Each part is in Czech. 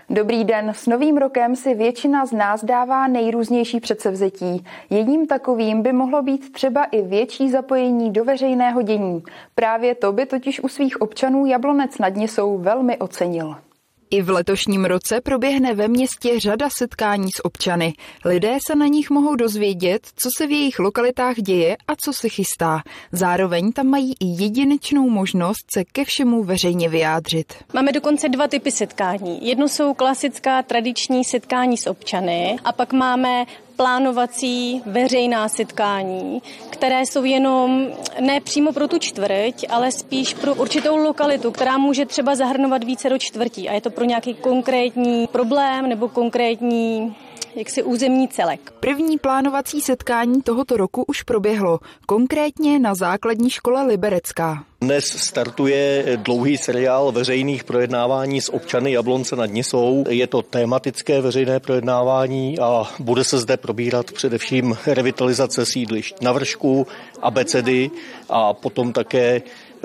Dobrý den, s novým rokem si většina z nás dává nejrůznější předsevzetí. Jedním takovým by mohlo být třeba i větší zapojení do veřejného dění. Právě to by totiž u svých občanů Jablonec nad Nisou velmi ocenil. I v letošním roce proběhne ve městě řada setkání s občany. Lidé se na nich mohou dozvědět, co se v jejich lokalitách děje a co se chystá. Zároveň tam mají i jedinečnou možnost se ke všemu veřejně vyjádřit. Máme dokonce 2 typy setkání. Jedno jsou klasická tradiční setkání s občany a pak máme plánovací veřejná setkání, které jsou jenom ne přímo pro tu čtvrť, ale spíš pro určitou lokalitu, která může třeba zahrnovat více do čtvrtí a je to pro nějaký konkrétní problém nebo konkrétní územní celek. První plánovací setkání tohoto roku už proběhlo, konkrétně na základní škole Liberecká. Dnes startuje dlouhý seriál veřejných projednávání s občany Jablonce nad Nisou. Je to tematické veřejné projednávání a bude se zde probírat především revitalizace sídlišť na Vršku, abecedy a potom také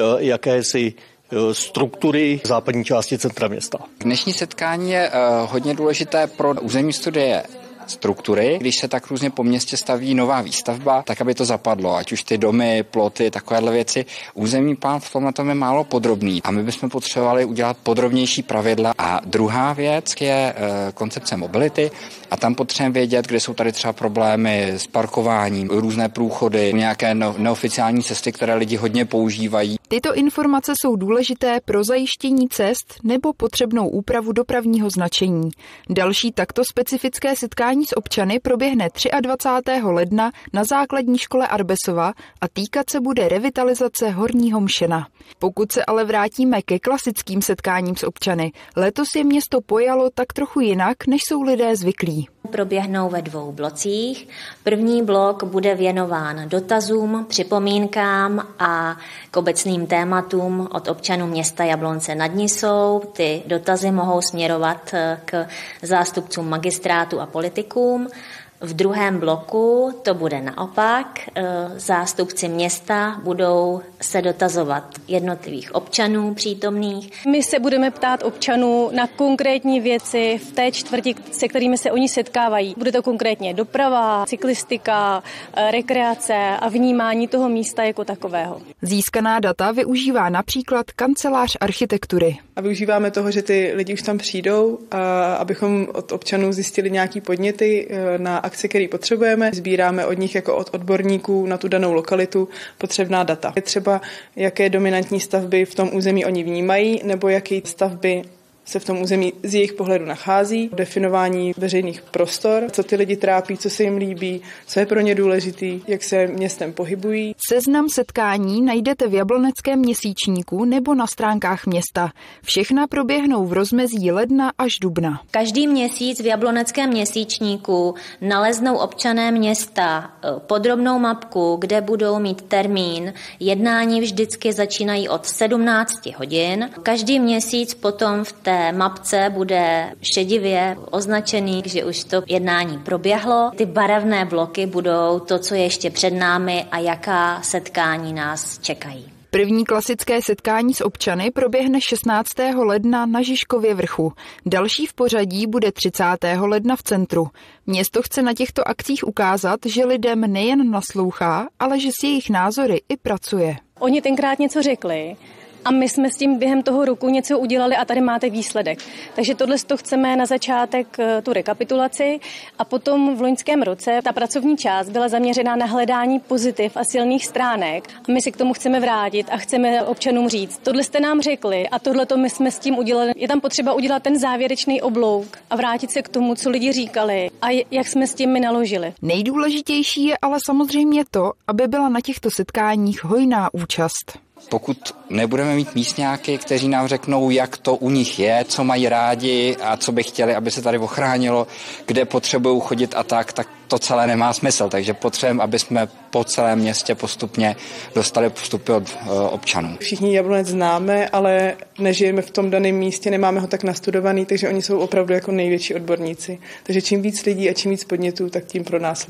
jakési struktury západní části centra města. Dnešní setkání je hodně důležité pro územní studie struktury, když se tak různě po městě staví nová výstavba, tak aby to zapadlo, ať už ty domy, ploty, takovéhle věci. Územní plán v tomhle tom je málo podrobný a my bychom potřebovali udělat podrobnější pravidla. A druhá věc je koncepce mobility a tam potřebujeme vědět, kde jsou tady třeba problémy s parkováním, různé průchody, nějaké neoficiální cesty, které lidi hodně používají. Tyto informace jsou důležité pro zajištění cest nebo potřebnou úpravu dopravního značení. Další takto specifické setkání s občany proběhne 23. ledna na základní škole Arbesova a týkat se bude revitalizace Horního Mšena. Pokud se ale vrátíme ke klasickým setkáním s občany, letos je město pojalo tak trochu jinak, než jsou lidé zvyklí. Proběhnou ve 2 blocích. První blok bude věnován dotazům, připomínkám a k obecným tématům od občanů města Jablonce nad Nisou. Ty dotazy mohou směrovat k zástupcům magistrátu a politikům. V druhém bloku to bude naopak. Zástupci města budou se dotazovat jednotlivých občanů přítomných. My se budeme ptát občanů na konkrétní věci v té čtvrti, se kterými se oni setkávají. Bude to konkrétně doprava, cyklistika, rekreace a vnímání toho místa jako takového. Získaná data využívá například kancelář architektury. A využíváme toho, že ty lidi už tam přijdou, abychom od občanů zjistili nějaký podněty na akce, které potřebujeme. Sbíráme od nich jako od odborníků na tu danou lokalitu potřebná data. Je třeba, jaké dominantní stavby v tom území oni vnímají, nebo jaké stavby se v tom území z jejich pohledu nachází, definování veřejných prostor, co ty lidi trápí, co se jim líbí, co je pro ně důležitý, jak se městem pohybují. Seznam setkání najdete v Jabloneckém měsíčníku nebo na stránkách města. Všechna proběhnou v rozmezí ledna až dubna. Každý měsíc v Jabloneckém měsíčníku naleznou občané města podrobnou mapku, kde budou mít termín. Jednání vždycky začínají od 17 hodin. Každý měsíc potom v té mapce bude šedivě označený, že už to jednání proběhlo. Ty barevné bloky budou to, co je ještě před námi a jaká setkání nás čekají. První klasické setkání s občany proběhne 16. ledna na Žižkově vrchu. Další v pořadí bude 30. ledna v centru. Město chce na těchto akcích ukázat, že lidem nejen naslouchá, ale že s jejich názory i pracuje. Oni tenkrát něco řekli a my jsme s tím během toho roku něco udělali a tady máte výsledek. Takže tohle to chceme na začátek tu rekapitulaci a potom v loňském roce ta pracovní část byla zaměřená na hledání pozitiv a silných stránek. A my si k tomu chceme vrátit a chceme občanům říct, tohle jste nám řekli a tohle to my jsme s tím udělali. Je tam potřeba udělat ten závěrečný oblouk a vrátit se k tomu, co lidi říkali a jak jsme s tím my naložili. Nejdůležitější je ale samozřejmě to, aby byla na těchto setkáních hojná účast. Pokud nebudeme mít místňáky, kteří nám řeknou, jak to u nich je, co mají rádi a co by chtěli, aby se tady ochránilo, kde potřebují chodit a tak to celé nemá smysl. Takže potřebujeme, aby jsme po celém městě postupně dostali vstupy od občanů. Všichni Jablonec známe, ale nežijeme v tom daném místě, nemáme ho tak nastudovaný, takže oni jsou opravdu jako největší odborníci. Takže čím víc lidí a čím víc podnětů, tak tím pro nás líp.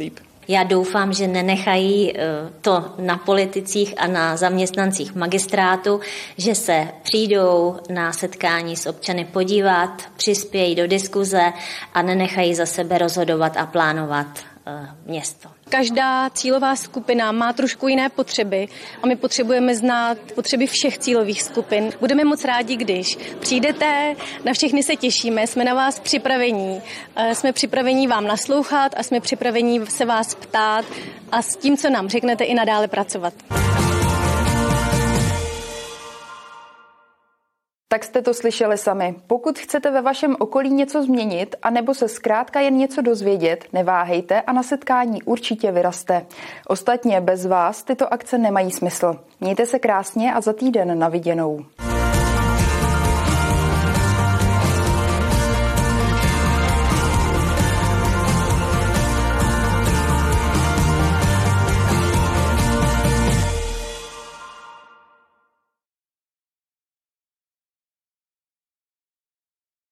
Já doufám, že nenechají to na politicích a na zaměstnancích magistrátu, že se přijdou na setkání s občany podívat, přispějí do diskuze a nenechají za sebe rozhodovat a plánovat město. Každá cílová skupina má trošku jiné potřeby a my potřebujeme znát potřeby všech cílových skupin. Budeme moc rádi, když přijdete, na všechny se těšíme, jsme na vás připravení. Jsme připravení vám naslouchat a jsme připravení se vás ptát a s tím, co nám řeknete, i nadále pracovat. Tak jste to slyšeli sami. Pokud chcete ve vašem okolí něco změnit, anebo se zkrátka jen něco dozvědět, neváhejte a na setkání určitě vyrazte. Ostatně bez vás tyto akce nemají smysl. Mějte se krásně a za týden na viděnou.